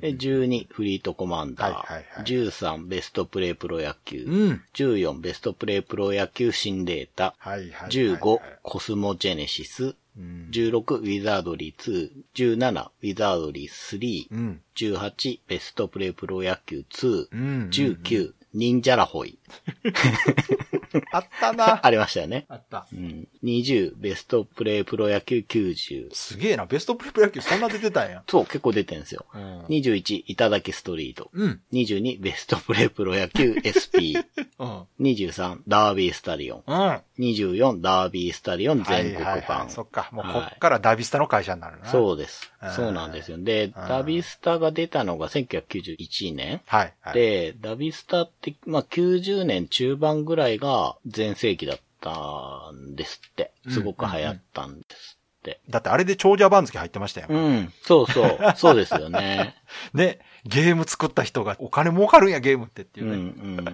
で、じゅうに、フリートコマンダー。はいはいはい。じゅうさん、ベストプレイプロ野球。うん。じゅうよん、ベストプレイプロ野球新データ。はいはいはい、はい。じゅうご、コスモジェネシス。うん、じゅうろく、ウィザードリーツー、じゅうなな、ウィザードリースリー、うん、じゅうはち、ベストプレイプロ野球ツー、うん、じゅうきゅう、忍者ラホイ。 あったな。 ありましたよね。 あった。 うん。にじゅう、ベストプレイプロ野球きゅうじゅう。 すげえな、ベストプレイプロ野球そんな出てたんや。 そう、結構出てんすよ。うん、にじゅういち、いただきストリート。うん。にじゅうに、ベストプレイプロ野球 エスピー。うん。にじゅうさん、ダービースタリオン。うん。にじゅうよん、ダービースタリオン全国版。はいはいはい、 そっか。もうこっからダービスタの会社になるな。 そうです。そうなんですよ。で、ダービスタが出たのがせんきゅうひゃくきゅうじゅういちねん。はい、はい。で、ダービスタって、まあ、きゅうじゅうねん中盤ぐらいが全盛期だったんですって。すごく流行ったんですって。うんうんうん、 だってあれで長者番付入ってましたよ。 うん。そうそう。そうですよね。 ね、ゲーム作った人がお金儲かるんやゲームってっていうね。 うんうん。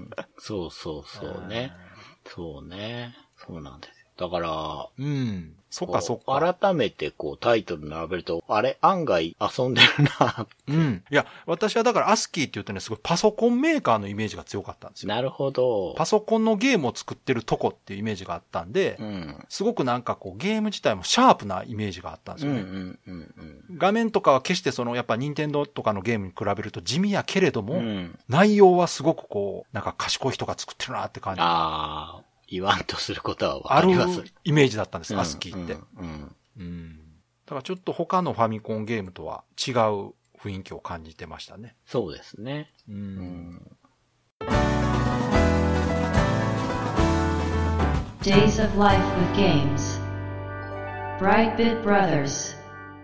そうそうそうね。そうね。そうなんですよ。だから、 うん。そっかそっか。 改めてこうタイトル並べると、あれ案外遊んでるな。 うん。いや、私はだからアスキーって言うとね、すごいパソコンメーカーのイメージが強かったんですよ。 なるほど。 パソコンのゲームを作ってるとこっていうイメージがあったんで、うん、すごくなんかこうゲーム自体もシャープなイメージがあったんですよね。うんうんうんうん、画面とかは決してそのやっぱ任天堂とかのゲームに比べると地味やけれども、うん、内容はすごくこう、なんか賢い人が作ってるなって感じ。 ああ。言わんとすることはわかります。 あるイメージだったんです、アスキーって。うんうんうん、だからちょっと他のファミコンゲームとは違う雰囲気を感じてましたね。 そうですね。うん、うん Days of Life with Games Brightbit Brothers。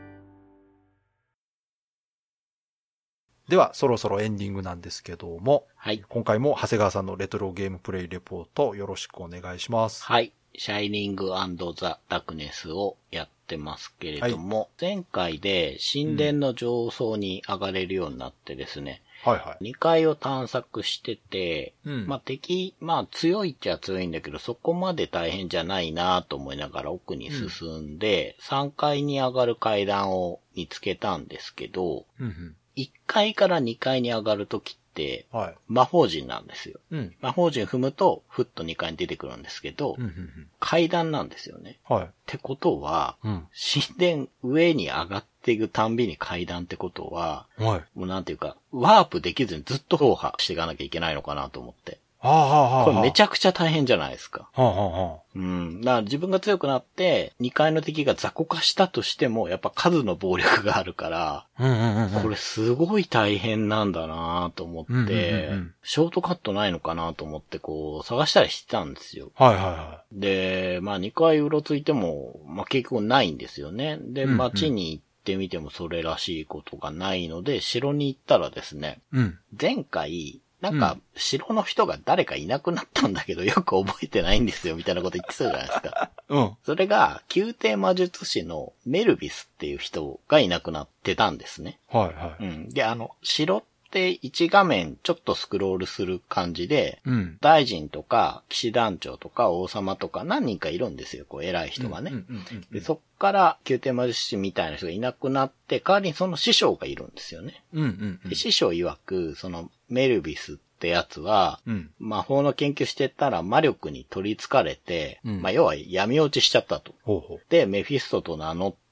では、そろそろエンディングなんですけども、 はい。 今回も長谷川さんのレトロゲームプレイレポートよろしくお願いします。 はい。シャイニング&ザ・ダークネスをやってますけれども、はい、前回で神殿の上層に上がれるようになってですね、 はいはい。 にかいを探索してて、 うん、 まあ敵、まあ強いっちゃ強いんだけど、そこまで大変じゃないなと思いながら奥に進んで、うん、さんかいに上がる階段を見つけたんですけど、 うんうん、 いっかいからにかいに上がるときって、 はい、 魔法陣なんですよ、 うん。 魔法陣踏むと、ふっとにかいに出てくるんですけど、 うんうんうん、 階段なんですよね。 はい、 ってことは、 うん、 神殿上に上がっていくたんびに階段ってことは、 はい、 もうなんていうか、ワープできずにずっと踏破していかなきゃいけないのかなと思って。 はあはあはあ、 これめちゃくちゃ大変じゃないですか。 はあはあはあ、 うん。だから自分が強くなって、にかいの敵が雑魚化したとしても、やっぱ数の暴力があるから、 うんうんうん、 これすごい大変なんだなと思って、うんうんうん、ショートカットないのかなと思ってこう探したりしてたんですよ。 はいはいはい。 で、まあにかいうろついても、まあ結局ないんですよね。で、 うんうん、 街に行ってみてもそれらしいことがないので、城に行ったらですね、 うん、 前回、なんか、城の人が誰かいなくなったんだけど、よく覚えてないんですよ、みたいなこと言ってたじゃないですか。 うん。 それが、宮廷魔術師のメルビスっていう人がいなくなってたんですね。 はいはい。 うん。で、あの、城って一画面ちょっとスクロールする感じで、 うん、 大臣とか騎士団長とか王様とか何人かいるんですよ、こう偉い人がね。で、そっから宮廷魔術師みたいな人がいなくなって、代わりにその師匠がいるんですよね。 うんうんうん、 で師匠曰く、そのメルビスってやつは、 うん、 魔法の研究してたら魔力に取り憑かれて、 うん、 まあ要は闇落ちしちゃったと。 ほうほうで、メフィストと名乗って、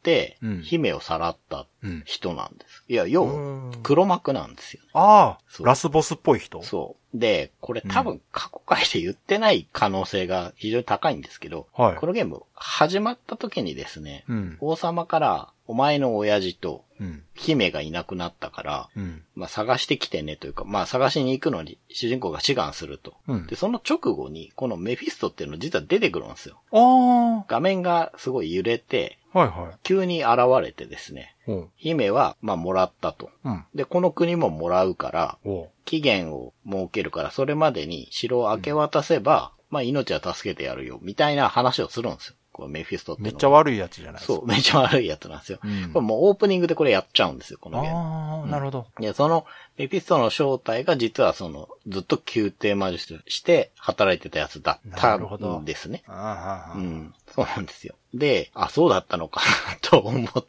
うん、 姫をさらった人なんです。いや、要は黒幕なんですよね。 ああ、ラスボスっぽい人？ そう。で、これ多分過去回で言ってない可能性が非常に高いんですけど、 はい、 このゲーム始まった時にですね、 うん、 王様からお前の親父と姫がいなくなったから、 うん、 まあ探してきてねというか、まあ探しに行くのに主人公が志願すると、 うん。 で、その直後にこのメフィストっていうの実は出てくるんですよ。 あ画面がすごい揺れて、 はいはい、 急に現れてですね、 うん、 姫はまあもらったと、 うん。で、 この国ももらうから、期限を設けるから、それまでに城を明け渡せば、うん、まあ命は助けてやるよ、みたいな話をするんですよ。このメフィストってめっちゃ悪いやつじゃないですか。 そう、めっちゃ悪いやつなんですよ。うん、これもうオープニングでこれやっちゃうんですよ、このゲーム。 ああ、なるほど。 いや、そのメフィストの正体が実はその、ずっと宮廷魔術師として働いてたやつだったんですね。 あうん。そうなんですよ。で、あ、そうだったのかなと思って、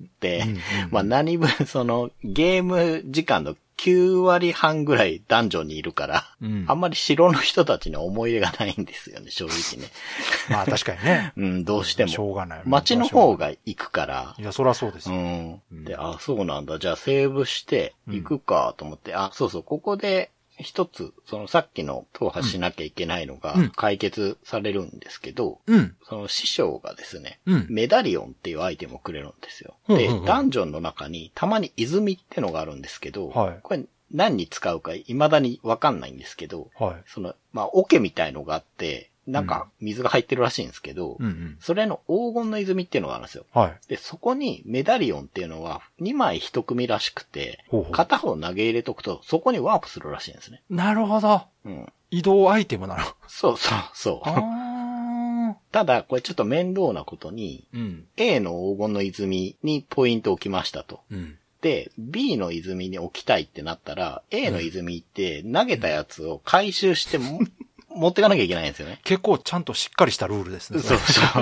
うんうんうん、まあ何分そのゲーム時間のきゅうわりはんぐらいダンジョンにいるから、うん、あんまり城の人たちに思い入れがないんですよね、正直ね。 まあ確かにね。 うん、どうしても。 しょうがない。 街の方が行くから。 いや、そらそうですよ。 うん。で、あ、そうなんだ。じゃあセーブして行くかと思って、うん、あ、そうそう、ここで、一つ、そのさっきの踏破しなきゃいけないのが解決されるんですけど、 うん、 その師匠がですね、 うん、 メダリオンっていうアイテムをくれるんですよ。 うんで、 うんうん、 ダンジョンの中にたまに泉ってのがあるんですけど、 はい、 これ何に使うか未だにわかんないんですけど、 はい、 その、まあ、桶みたいのがあって、なんか水が入ってるらしいんですけど、 うんうん、 それの黄金の泉っていうのがあるんですよ、 はい。 で、そこにメダリオンっていうのはにまい一組らしくて、 ほうほう片方投げ入れとくとそこにワープするらしいんですね。 なるほど。 うん、 移動アイテムなの。 そうそうそう。ただ、これちょっと面倒なことに、 うん、 A の黄金の泉にポイント置きましたと。 うん、 で、B の泉に置きたいってなったら、A の泉って投げたやつを回収しても、うん持ってかなきゃいけないんですよね。 結構ちゃんとしっかりしたルールですね。 そう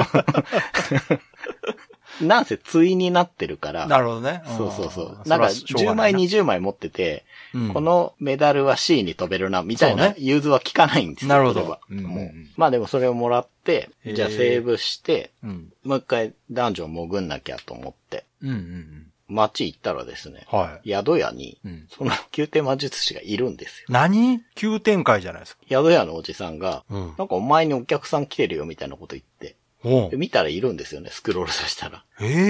そう。なんせ対になってるから。 なるほどね。 そうそうそう。なんかじゅうまいにじゅうまい持ってて、うん、このメダルは C に飛べるな、みたいな融通は効かないんですよ。 なるほど。 うんうん、もうまあでもそれをもらって、じゃあセーブして、うん、もう一回ダンジョン潜んなきゃと思って。 うんうんうん街行ったらですね、 はい、 宿屋に、うん、その宮廷魔術師がいるんですよ。 何？急展開じゃないですか。 宿屋のおじさんが、うん、なんかお前にお客さん来てるよみたいなこと言って、 うん、 で見たらいるんですよね、スクロールさせたら。 えー、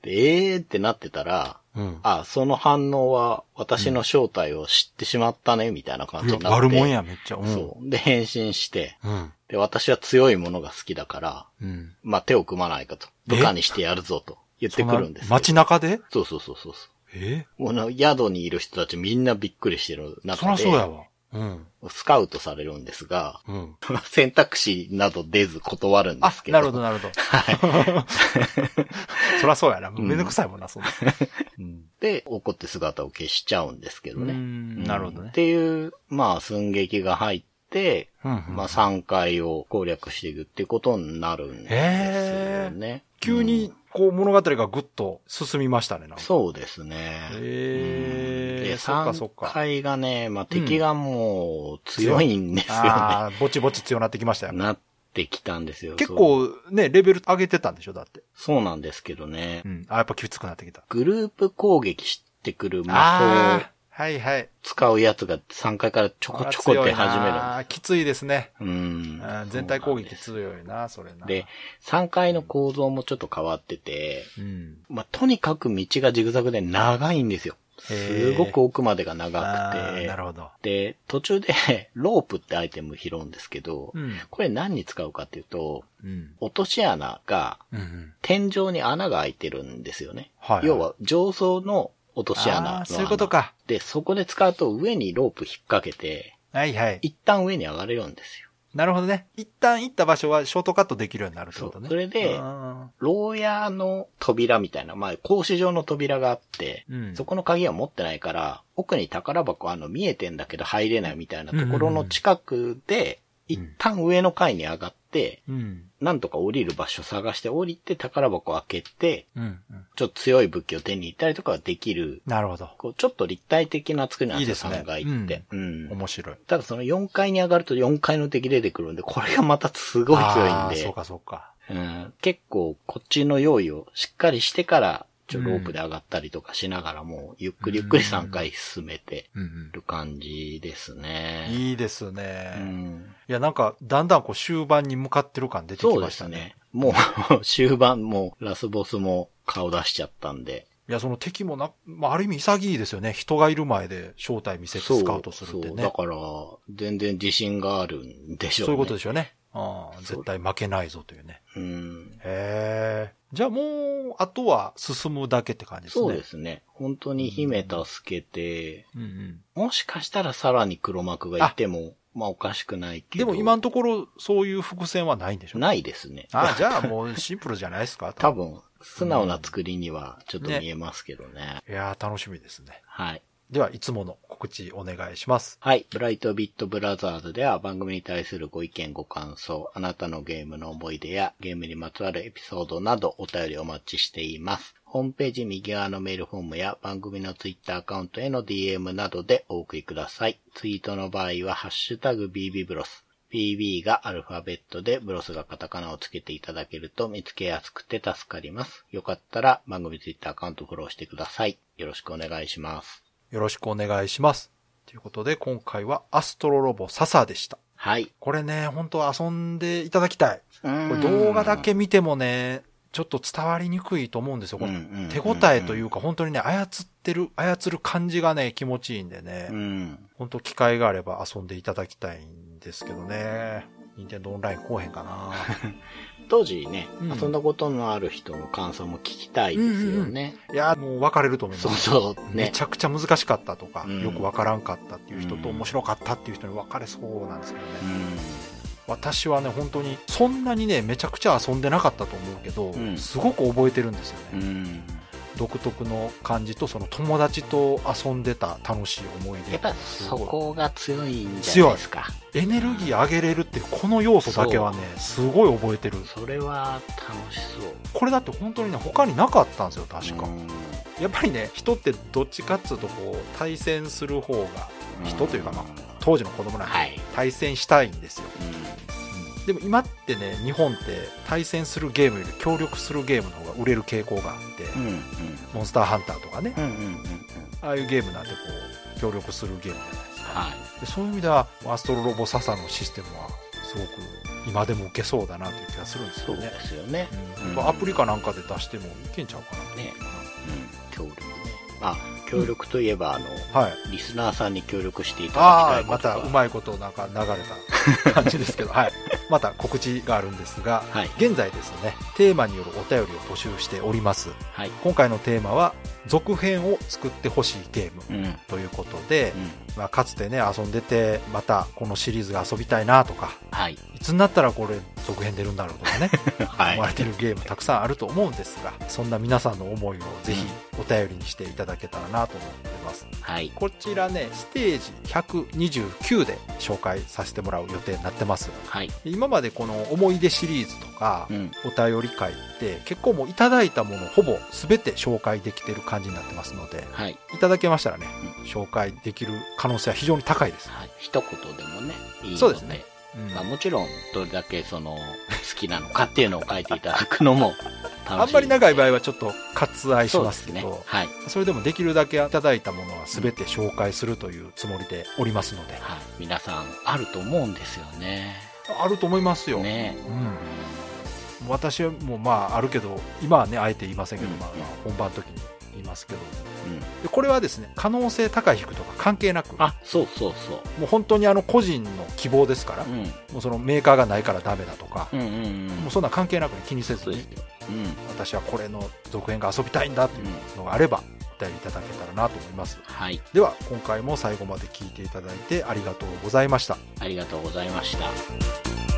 で、えーってなってたら、うん、あ、その反応は私の正体を知ってしまったね、みたいな感じになって。 悪もんや、めっちゃ。うん、 そう。で、変身して、うん、で、私は強いものが好きだから、うん、まあ、手を組まないかと。部下にしてやるぞと言ってくるんですよ。 街中で？ そうそうそうそう。 えもう宿にいる人たちみんなびっくりしてる中で。 そりゃそうやわ。うん。 スカウトされるんですが、うん、選択肢など出ず断るんですけど。 あ、なるほど、なるほど。はい。そりゃそうやな。めんどくさいもんな、そんな、 うん。で、怒って姿を消しちゃうんですけどね。 うんなるほどね。 っていう、まあ、寸劇が入って、うんうん、まあ、さんかいを攻略していくっていうことになるんですよね。 急に、こう、物語がぐっと進みましたね、なんか。 そうですね。 へー。 で、さんかいがね、まあ、敵がもう強いんですよね。うん、 ああ、ぼちぼち強なってきましたよ。 なってきたんですよ。 結構ね、レベル上げてたんでしょ、だって。 そうなんですけどね。 うん。あ、やっぱきつくなってきた。 グループ攻撃してくる魔法。 はいはい。 使うやつがさんかいからちょこちょこって始める。 ああ、きついですね。 うん。 全体攻撃強いな、それな。 で、さんかいの構造もちょっと変わってて、うん、まあ、とにかく道がジグザグで長いんですよ。すごく奥までが長くて。 なるほど。 で、途中でロープってアイテム拾うんですけど、うん、これ何に使うかっていうと、うん、落とし穴が、天井に穴が開いてるんですよね。はいはい、要は上層の落とし穴の穴。 そういうことか。 で、そこで使うと上にロープ引っ掛けて、 はいはい。 一旦上に上がれるんですよ。 なるほどね。一旦行った場所はショートカットできるようになるってことね。 それで、牢屋の扉みたいな、まあ、格子状の扉があって、うん、そこの鍵は持ってないから、奥に宝箱あの見えてんだけど入れないみたいなところの近くで、一旦上の階に上がって、うん、なんとか降りる場所探して降りて宝箱を開けて、うんうん、ちょっと強い武器を手に入れたりとかはできる。 なるほど。 こうちょっと立体的な作りなんですよ、さんがいって。 うん。面白い。 ただそのよんかいに上がるとよんかいの敵出てくるんで、これがまたすごい強いんで。 そうかそうか。 うん。結構こっちの用意をしっかりしてから、ちょロープで上がったりとかしながらも、ゆっくりゆっくりさんかい進めてる感じですね。 いいですね。うん、いや、なんか、だんだんこう終盤に向かってる感出てきましたね。そうですね。 もう、終盤も、ラスボスも顔出しちゃったんで。 いや、その敵もな、まあ、ある意味潔いですよね。人がいる前で正体見せてスカウトするってね。 そう、そうだから、全然自信があるんでしょうね。 そういうことでしょうね。ああ、絶対負けないぞというね。うん。へえ。じゃあもう、あとは進むだけって感じですね。 そうですね。本当に姫助けて、うんうん、もしかしたらさらに黒幕がいても、まあおかしくないけど。 でも今のところそういう伏線はないんでしょうないですね。 あ、じゃあもうシンプルじゃないですか多分、素直な作りにはちょっと見えますけどね。ねいやー楽しみですね。 はい。 では、いつもの告知お願いします。 はい。ブライトビットブラザーズでは番組に対するご意見ご感想、あなたのゲームの思い出やゲームにまつわるエピソードなどお便りお待ちしています。ホームページ右側のメールフォームや番組のツイッターアカウントへの ディーエム などでお送りください。ツイートの場合はハッシュタグ ビービー ブロス。ビービー がアルファベットでブロスがカタカナをつけていただけると見つけやすくて助かります。よかったら番組ツイッターアカウントフォローしてください。よろしくお願いします。 よろしくお願いします。ということで、今回はアストロロボササでした。 はい。 これね、本当遊んでいただきたい。これ動画だけ見てもね、ちょっと伝わりにくいと思うんですよ。この手応えというか、本当にね、操ってる、操る感じがね、気持ちいいんでね。うん、本当機会があれば遊んでいただきたいんですけどね。任天堂オンラインこうへんかな。 当時ね、うん、遊んだことのある人の感想も聞きたいですよね。 うんうん、いや、もう分かれると思います。 そうそう、ね。 めちゃくちゃ難しかったとか、うん、よく分からんかったっていう人と、面白かったっていう人に分かれそうなんですけどね。うん、私はね、本当に、そんなにね、めちゃくちゃ遊んでなかったと思うけど、うん、すごく覚えてるんですよね。うん独特の感じとその友達と遊んでた楽しい思い出。 やっぱそこが強いんじゃないですか。 エネルギー上げれるっていうこの要素だけはねすごい覚えてる。 それは楽しそう。 これだって本当にね他になかったんですよ確か。やっぱりね人ってどっちかっつうとこう対戦する方が人というかまあ当時の子供なんで対戦したいんですよ。うん、でも今ってね日本って対戦するゲームより協力するゲームの方が売れる傾向があって、うんうん、モンスターハンターとかね、うんうんうんうん、ああいうゲームなんてこう協力するゲームじゃないですか、はい、でそういう意味ではアストロロボササのシステムはすごく今でも受けそうだなという気がするんですよね。 そうですよね。 うん、アプリかなんかで出してもいけんちゃうかなと。ね。 うん、協力ね。あ、協力といえば、あの、 はい、 リスナーさんに協力していただきたいことが。 ああ、またうまいことなんか流れた感じですけど、はい。また告知があるんですが、はい、現在ですね、テーマによるお便りを募集しております。はい、今回のテーマは、続編を作ってほしいゲームということで、うんうん、まあ、かつてね、遊んでて、またこのシリーズが遊びたいなとか、はい、いつになったらこれ続編出るんだろうとかね、はい、思われてるゲームたくさんあると思うんですが、そんな皆さんの思いをぜひお便りにしていただけたらなと思ってます。はい、こちらね、ステージひゃくにじゅうきゅうで紹介させてもらう予定になってます。はい、今までこの思い出シリーズとか、うん、お便り会って結構もういただいたものほぼ全て紹介できてる感じになってますので、はい、いただけましたらね、うん、紹介できる可能性は非常に高いです。 はい、一言でもね、いいので。 そうですね。 うん、まあ、もちろんどれだけその好きなのかっていうのを書いていただくのも楽しい。 あんまり長い場合はちょっと割愛しますけど、 そうですね、はい、 それでもできるだけいただいたものは全て紹介するというつもりでおりますので、はい、 皆さんあると思うんですよね。 あると思いますよ。ね、うん、私もまああるけど今はねあえて言いませんけど、うん、まあ、本番の時に言いますけど、うん、でこれはですね可能性高い低とか関係なく、 あ、そうそうそう、 もう本当にあの個人の希望ですから、うん、もうそのメーカーがないからダメだとか、うんうんうん、もうそんな関係なくに気にせずに、うん、私はこれの続編が遊びたいんだというのがあればお便りいただけたらなと思います。はい、では今回も最後まで聞いていただいてありがとうございました。 ありがとうございました。